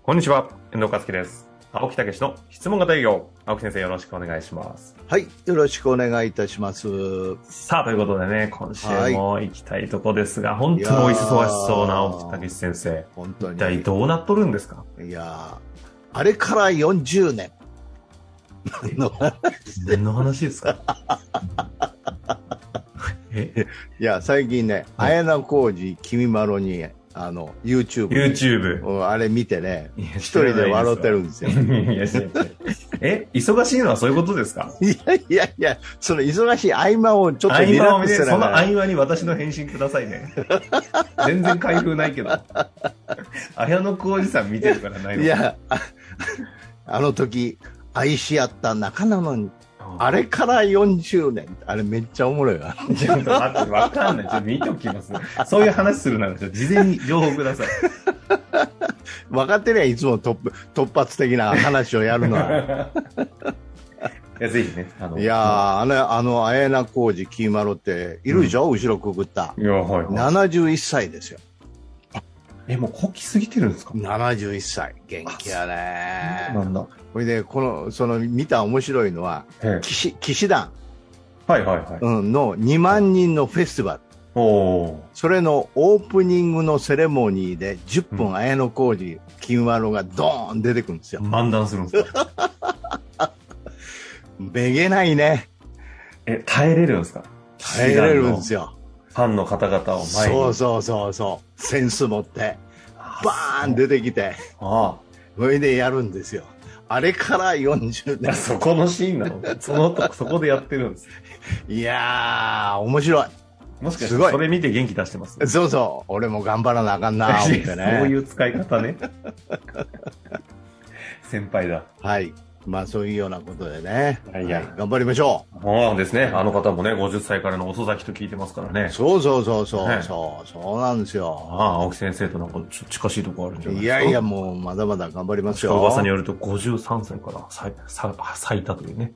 こんにちは、遠藤和樹です。青木武の質問型営業。青木先生、よろしくお願いします。 はい、よろしくお願いいたします。 さあ、ということでね、今週も行きたいとこですが、本当にお忙しそうな青木武先生。 本当に。 一体どうなっとるんですか？ いやあれから40年。 何の話ですか？ いや、最近ね、綾小路きみまろに、YouTube。あれ見てね、一人で笑ってるんですよ。 忙しいのはそういうことですか？ いや、その忙しい合間をちょっとリラックスしてその合間に私の返信くださいね。全然開封ないけど。綾小路さん見てるからないの。 いや、あの時、愛し合った仲なのに、あれから40年。あれめっちゃおもろいわ。 ちょっと待って、わかんない。ちょっと見ておきます。そういう話するなら、事前に情報ください。 分かってりゃいつも突発的な話をやるのは。 いや、ぜひね。 いや綾小路きみまろっているでしょ、後ろくぐった。 いや、はい。 71歳ですよ。 もう古希過ぎてるんですか ？71歳。元気やね。 なんだ。 それで、見た面白いのは、騎士団の2万人のフェスティバル。それのオープニングのセレモニーで10分綾小路きみまろがドーン出てくるんですよ。 漫談するんですか？ めげないね。 耐えれるんですか？ 耐えれるんですよ。 ファンの方々を前に。 そう。センス持って、バーン出てきて、それでやるんですよ。あれから40年。 そこのシーンなの？そこでやってるんです。 いやー、面白い。 もしかしてそれ見て元気出してます？ そう。俺も頑張らなあかんなー思ってね。 そういう使い方ね。先輩だ。 はい。まあそういうようなことでね。 はい、 頑張りましょう。 そうですね。あの方もね、50歳からの遅咲きと聞いてますからね。 そうなんですよ。 青木先生となんか近しいところあるんじゃないですか。 いや、もうまだまだ頑張りますよ。 噂によると53歳から咲いたというね。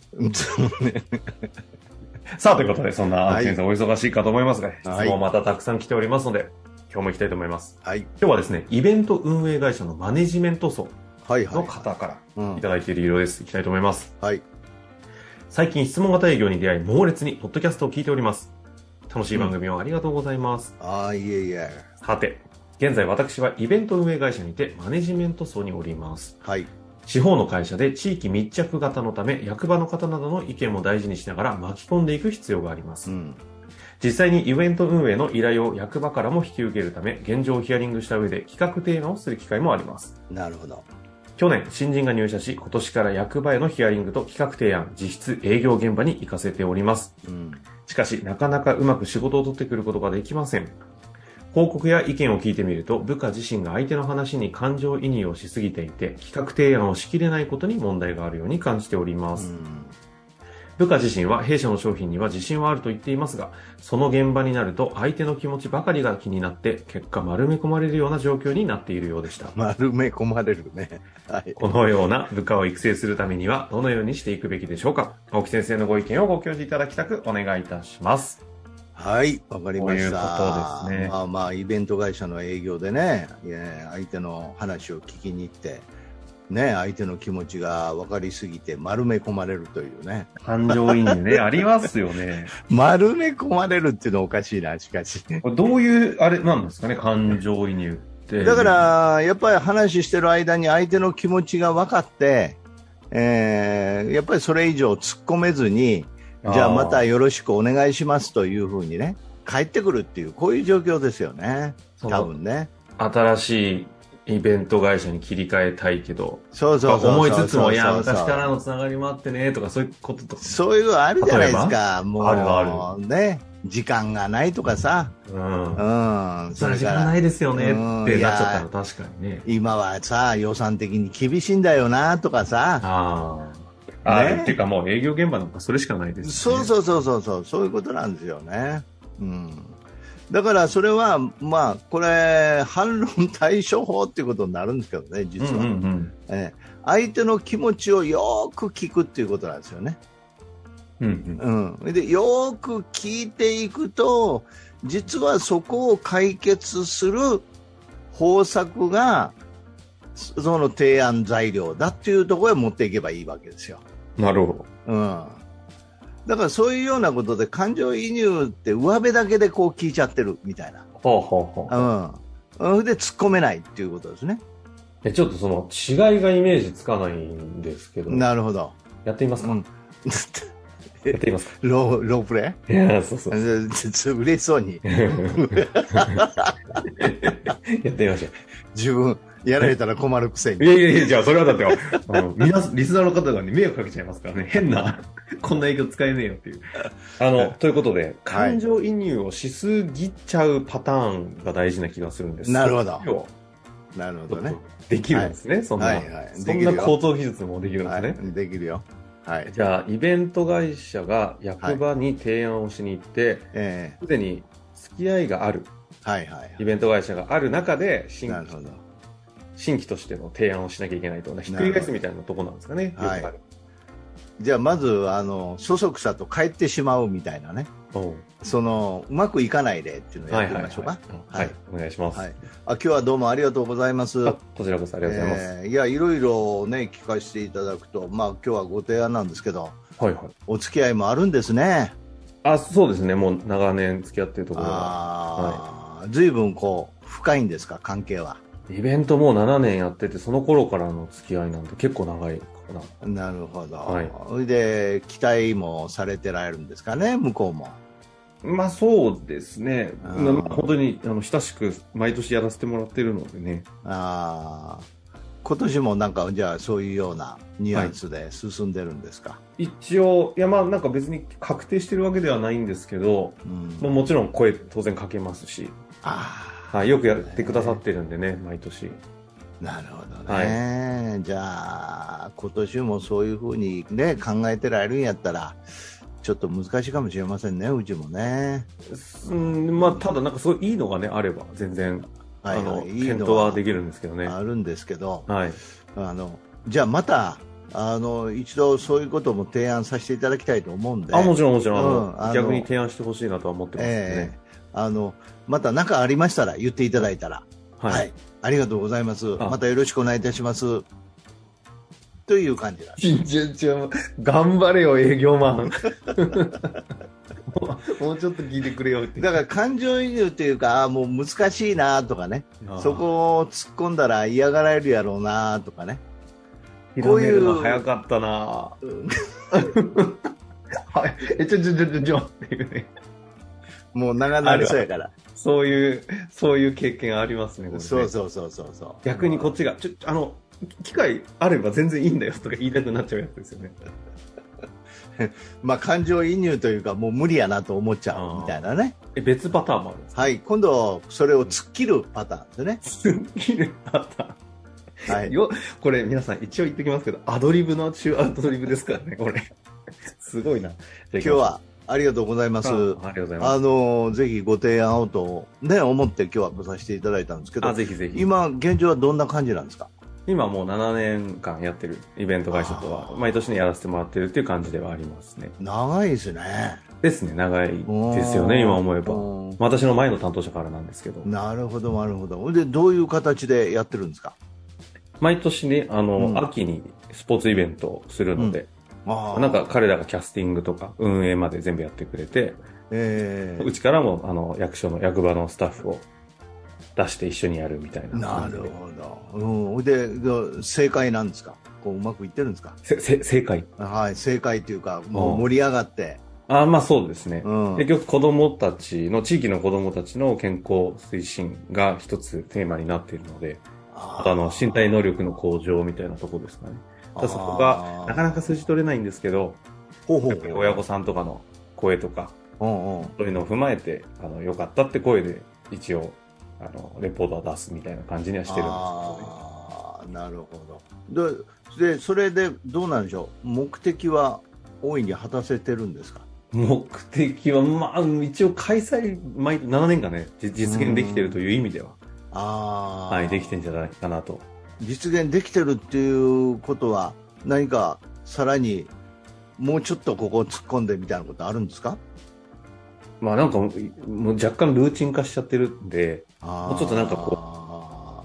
さあ、ということで、そんな青木先生お忙しいかと思いますが、質問またたくさん来ておりますので、今日も行きたいと思います。 はい。 今日はですね、イベント運営会社のマネジメント層の方からいただいているようです。いきたいと思います。 はい。 最近質問型営業に出会い、猛烈にポッドキャストを聞いております。楽しい番組をありがとうございます。 いえ。 さて、現在私はイベント運営会社にてマネジメント層におります。 はい。 地方の会社で地域密着型のため、役場の方などの意見も大事にしながら巻き込んでいく必要があります。実際にイベント運営の依頼を役場からも引き受けるため、現状をヒアリングした上で企画提案をする機会もあります。 なるほど。 去年、新人が入社し、今年から役場へのヒアリングと企画提案、実質営業現場に行かせております。しかし、なかなかうまく仕事を取ってくることができません。報告や意見を聞いてみると、部下自身が相手の話に感情移入をしすぎていて、企画提案をしきれないことに問題があるように感じております。部下自身は弊社の商品には自信はあると言っていますが、その現場になると相手の気持ちばかりが気になって、結果丸め込まれるような状況になっているようでした。 丸め込まれるね。 はい。このような部下を育成するためには、どのようにしていくべきでしょうか？青木先生のご意見をご教示いただきたくお願いいたします。 はい、わかりました。 こういうことですね。 イベント会社の営業でね、相手の話を聞きに行って、ね、相手の気持ちが分かりすぎて丸め込まれるというね。 感情移入ね、ありますよね。 丸め込まれるっていうのはおかしいな、しかし。 どういう、あれなんですかね、感情移入って。 だから、やっぱり話してる間に相手の気持ちが分かって、やっぱりそれ以上突っ込めずに、じゃあまたよろしくお願いしますというふうにね、帰ってくるっていう、こういう状況ですよね。多分ね。 新しいイベント会社に切り替えたいけど、 そう思いつつも、いや、昔からのつながりもあってね、とか、そういうこととか。 そういうのあるじゃないですか。もう、 ある。 ね。時間がないとかさ。 それ時間ないですよねってなっちゃったら確かにね。 今はさ、予算的に厳しいんだよな、とかさ。 っていうかもう営業現場なんかそれしかないですね。 そういうことなんですよね。だからそれは、これ、反論対処法っていうことになるんですけどね、実は。相手の気持ちをよく聞くっていうことなんですよね。でよく聞いていくと、実はそこを解決する方策がその提案材料だっていうところへ持っていけばいいわけですよ。 なるほど。うん。だからそういうようなことで感情移入って上辺だけでこう聞いちゃってるみたいな。うん。で突っ込めないっていうことですね。 ちょっとその違いがイメージつかないんですけど。 なるほど。 やってみますか？やってみますか？ ロープレイ？ いや、そう。 嬉しそうに。やってみましょう。 自分、やられたら困るくせに。 いや、じゃあそれはだって、リスナーの方がね、迷惑かけちゃいますからね。変な、こんな営業使えねえよっていう。ということで、感情移入をしすぎちゃうパターンが大事な気がするんです。 なるほど。なるほどね。 できるんですね、そんな高等技術もできるんですね。 できるよ。はい。 じゃあ、イベント会社が役場に提案をしに行って、すでに付き合いがある、イベント会社がある中で、新規としての提案をしなきゃいけないと、ひっくり返すみたいなところなんですかね。 はい。じゃあ、まず、そそくさと帰ってしまうみたいなね。うまくいかないでっていうのをやってみましょうか。 はい、お願いします。 今日はどうもありがとうございます。 こちらこそありがとうございます。 いや、いろいろね、聞かせていただくと、今日はご提案なんですけど、お付き合いもあるんですね。 そうですね。もう長年付き合っているところが。 随分深いんですか、関係は。 イベントもう7年やってて、その頃からの付き合いなんて結構長いかな。 なるほど。それで、期待もされてられるんですかね、向こうも。 そうですね。本当に親しく毎年やらせてもらってるのでね。 今年もじゃあそういうようなニュアンスで進んでるんですか？ 一応、別に確定してるわけではないんですけど、もちろん声当然かけますし、よくやってくださってるんでね、毎年。 なるほどね。じゃあ、今年もそういうふうにね、考えてられるんやったら、ちょっと難しいかもしれませんね、うちもね。 ただすごいいいのがね、あれば全然、検討はできるんですけどね。 あるんですけど、じゃあまた、一度そういうことも提案させていただきたいと思うんで。 もちろん、逆に提案してほしいなとは思ってますね。 また何かありましたら言っていただいたら、ありがとうございます。またよろしくお願いいたします。という感じなんです。 頑張れよ、営業マン。もうちょっと聞いてくれよって。 だから感情移入っていうか、もう難しいなとかね、そこを突っ込んだら嫌がられるやろうなとかね。 こういうの早かったなっていうね。もう長なりそうやから。そういう経験ありますね。 そう。 逆にこっちが、機会あれば全然いいんだよとか言いたくなっちゃうやつですよね。 感情移入というかもう無理やなと思っちゃうみたいなね。 別パターンもあるんですか？ 今度それを突っ切るパターンですね。 突っ切るパターン。これ皆さん一応言ってきますけど、アドリブの中アドリブですからね、これ。すごいな。 今日はありがとうございます。 ありがとうございます。 ぜひご提案をとね、思って今日は来させていただいたんですけど、 ぜひぜひ。 今現状はどんな感じなんですか？ 今もう7年間やってるイベント会社とは毎年ねやらせてもらってるっていう感じではありますね。 長いですね。 長いですよね、今思えば。私の前の担当者からなんですけど。 なるほど、なるほど。で、どういう形でやってるんですか？ 毎年ね、秋にスポーツイベントをするので、彼らがキャスティングとか運営まで全部やってくれて、うちからも役場のスタッフを出して一緒にやるみたいな。 なるほど。で、正解なんですか？うまくいってるんですか？ 正解。 正解というか、もう盛り上がって。 そうですね。結局地域の子供たちの健康推進が一つテーマになっているので、身体能力の向上みたいなところですかね。そこがなかなか数字取れないんですけど、親御さんとかの声とか、そういうのを踏まえて、良かったって声で一応、レポートを出すみたいな感じにはしてるんですけどね。 なるほど。で、それでどうなんでしょう。目的は大いに果たせてるんですか？ 目的は、一応開催、7年間ね、実現できてるという意味では、できてんじゃないかなと。 実現できてるっていうことは、何かさらにもうちょっとここを突っ込んでみたいなことあるんですか？ もう若干ルーチン化しちゃってるんで、もうちょっと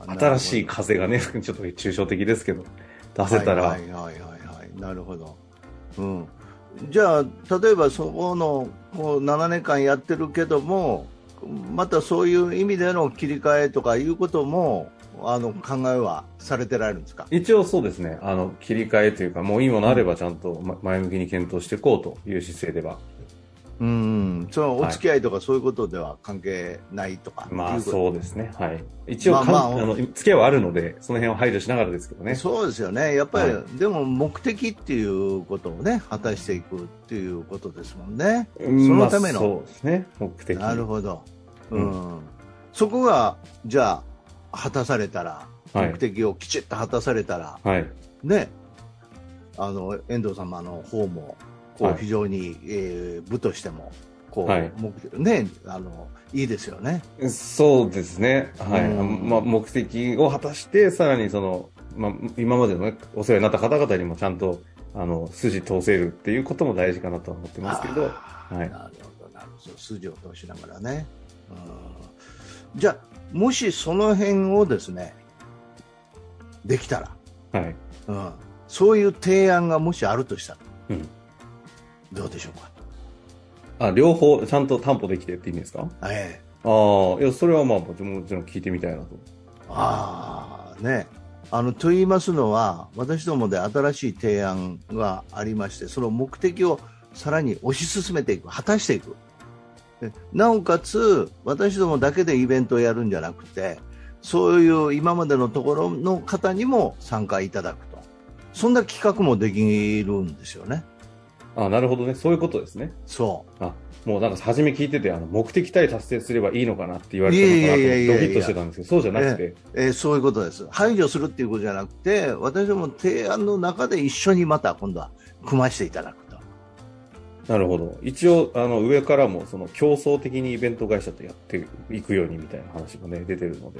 新しい風がね、ちょっと抽象的ですけど、出せたら。 はいはいはいはい、なるほど。うん。じゃあ、例えばそこのこう7年間やってるけども、またそういう意味での切り替えとかいうことも、考えはされてられるんですか？ 一応そうですね、切り替えというか、もういいものあればちゃんと前向きに検討していこうという姿勢では。 そのお付き合いとかそういうことでは関係ないとか、 まあそうですね、はい。一応付き合いはあるので、その辺を配慮しながらですけどね。 そうですよね、やっぱり、でも目的っていうことをね、果たしていくっていうことですもんね、そのための、 そうですね、目的。 なるほど、そこがじゃあ、果たされたら、目的をきちっと果たされたら、ね、遠藤様の方も、こう非常に、部としてもこう、ね、いいですよね。 そうですね、はい。目的を果たして、さらに今までの、ね、お世話になった方々にもちゃんと筋通せるっていうことも大事かなとは思ってますけど、はい、 なるほど、なるほど、筋を通しながらね。じゃあ、もしその辺をですね、できたら、そういう提案がもしあるとしたら、どうでしょうか。 両方ちゃんと担保できてって意味ですか？いや、それはもちろん聞いてみたいなと。 ね。と言いますのは、私どもで新しい提案がありまして、その目的をさらに推し進めていく、果たしていく。なおかつ、私どもだけでイベントをやるんじゃなくて、そういう今までのところの方にも参加いただくと。そんな企画もできるんですよね。 なるほどね。そういうことですね。 そう。 もうなんか初め聞いてて、目的体達成すればいいのかなって言われたのかなとドキッとしてたんですけど、そうじゃなくて。 そういうことです。排除するっていうことじゃなくて、私ども提案の中で一緒にまた今度は組ましていただくと。 なるほど。一応、上からも競争的にイベント会社とやっていくようにみたいな話もね、出てるので。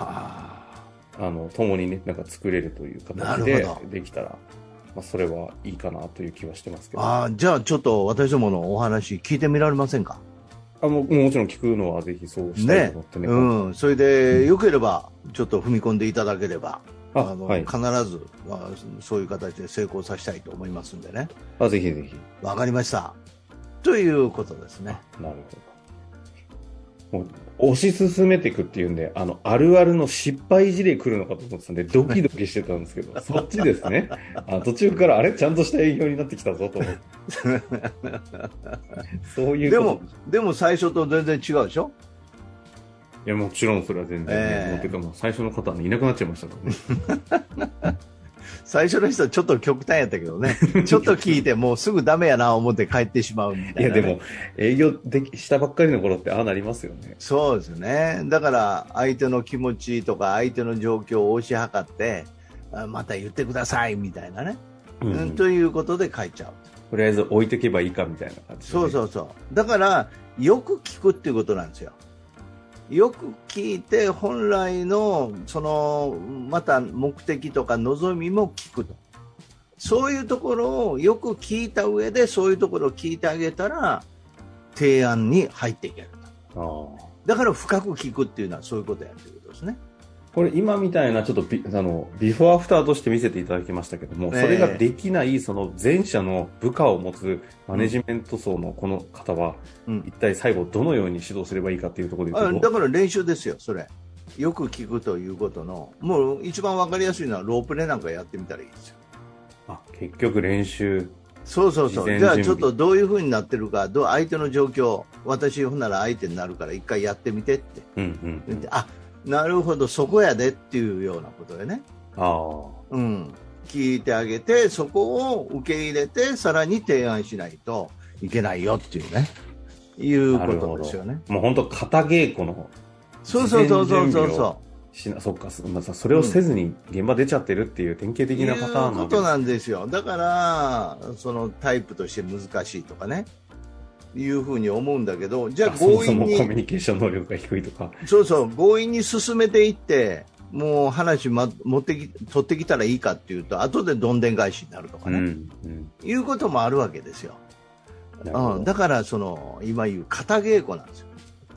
共にね、なんか作れるという形でできたら。それはいいかなという気はしてますけど。 じゃあちょっと私どものお話聞いてみられませんか？ もちろん聞くのはぜひそうしたいと思ってね。 それでよければちょっと踏み込んでいただければ、必ず、そういう形で成功させたいと思いますんでね。 ぜひぜひ。 わかりました。ということですね。 なるほど。もう推し進めていくっていうんで、あるあるの失敗事例来るのかと思ってたんで、ドキドキしてたんですけど、そっちですね。途中から、ちゃんとした営業になってきたぞと思って。そういうこと。 でも最初と全然違うでしょ？ いや、もちろんそれは全然、てかもう最初の方いなくなっちゃいましたからね。 最初の人はちょっと極端やったけどね。ちょっと聞いてもうすぐダメやな思って帰ってしまうみたいな、ね。 いやでも営業したばっかりの頃ってなりますよね。 そうですね。だから相手の気持ちとか相手の状況を推し量ってまた言ってくださいみたいなね。ということで書いちゃう。 とりあえず置いてけばいいかみたいな感じで、ね。 そう。だからよく聞くっていうことなんですよ。よく聞いて本来のまた目的とか望みも聞くと、そういうところをよく聞いた上でそういうところを聞いてあげたら提案に入っていけると。だから深く聞くっていうのはそういうことやってることですね。 これ今みたいなちょっとビフォーアフターとして見せていただきましたけども、それができない前者の部下を持つマネジメント層のこの方は、一体最後どのように指導すればいいかというところで言うと、 だから練習ですよ。それよく聞くということのもう一番わかりやすいのはロープレなんかやってみたらいいですよ。 結局練習。 そうじゃあちょっとどういう風になってるか、相手の状況、私ほんなら相手になるから一回やってみてって、なるほどそこやでっていうようなことでね、聞いてあげてそこを受け入れてさらに提案しないといけないよっていうね、いうことですよね。 もう本当型稽古のそうそっか、それをせずに現場出ちゃってるっていう典型的なパターンのことなんですよ。だからそのタイプとして難しいとかねいうふうに思うんだけど、じゃあ強引にそもそもコミュニケーション能力が低いとか、 強引に進めていってもう話取ってきたらいいかっていうと後でどんでん返しになるとかね、いうこともあるわけですよ。だから今言う型稽古なんですよ。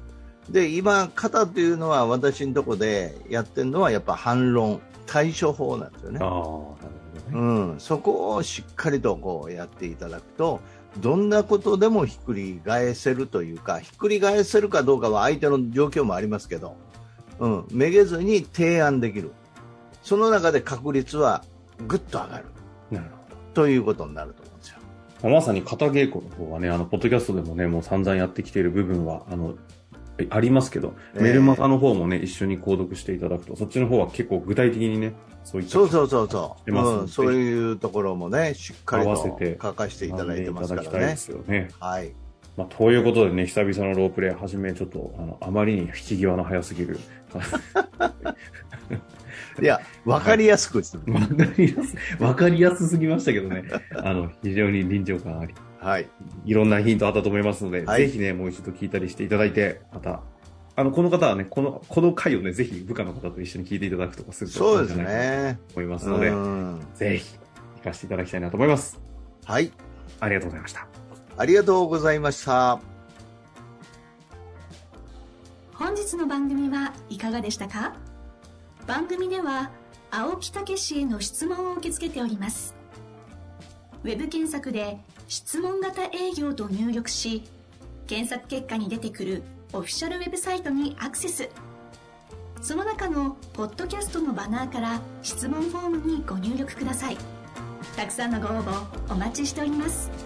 で、今、型というのは私のとこでやってるのはやっぱ反論、対処法なんですよね。 ああ、なるほどね。 そこをしっかりとこうやっていただくと、どんなことでもひっくり返せるというか、ひっくり返せるかどうかは相手の状況もありますけど、めげずに提案できる。その中で確率はぐっと上がる。 なるほど。ということになると思うんですよ。 まさに型稽古の方はね、ポッドキャストでもね、もう散々やってきている部分は、ありますけど、メルマガの方もね、一緒に購読していただくと、そっちの方は結構具体的にね、そういった。 そう。そういうところもね、しっかりと書かせていただいてますからね。 いただきたいですよね。 はい。 ということでね、久々のロープレイはじめ、ちょっと、あまりに引き際の早すぎる。 いや、わかりやすくですね。 わかりやすすぎましたけどね。非常に臨場感あり。 はい。 いろんなヒントあったと思いますので、 はい、 ぜひね、もう一度聞いたりしていただいて、また、この方はね、この回をね、ぜひ部下の方と一緒に聞いていただくとかするとそうですね。 思いますので、ぜひ、聞かせていただきたいなと思います。 はい。 ありがとうございました。 ありがとうございました。 本日の番組はいかがでしたか？番組では青木武氏への質問を受け付けております。ウェブ検索で質問型営業と入力し、検索結果に出てくるオフィシャルウェブサイトにアクセス。その中のポッドキャストのバナーから質問フォームにご入力ください。たくさんのご応募お待ちしております。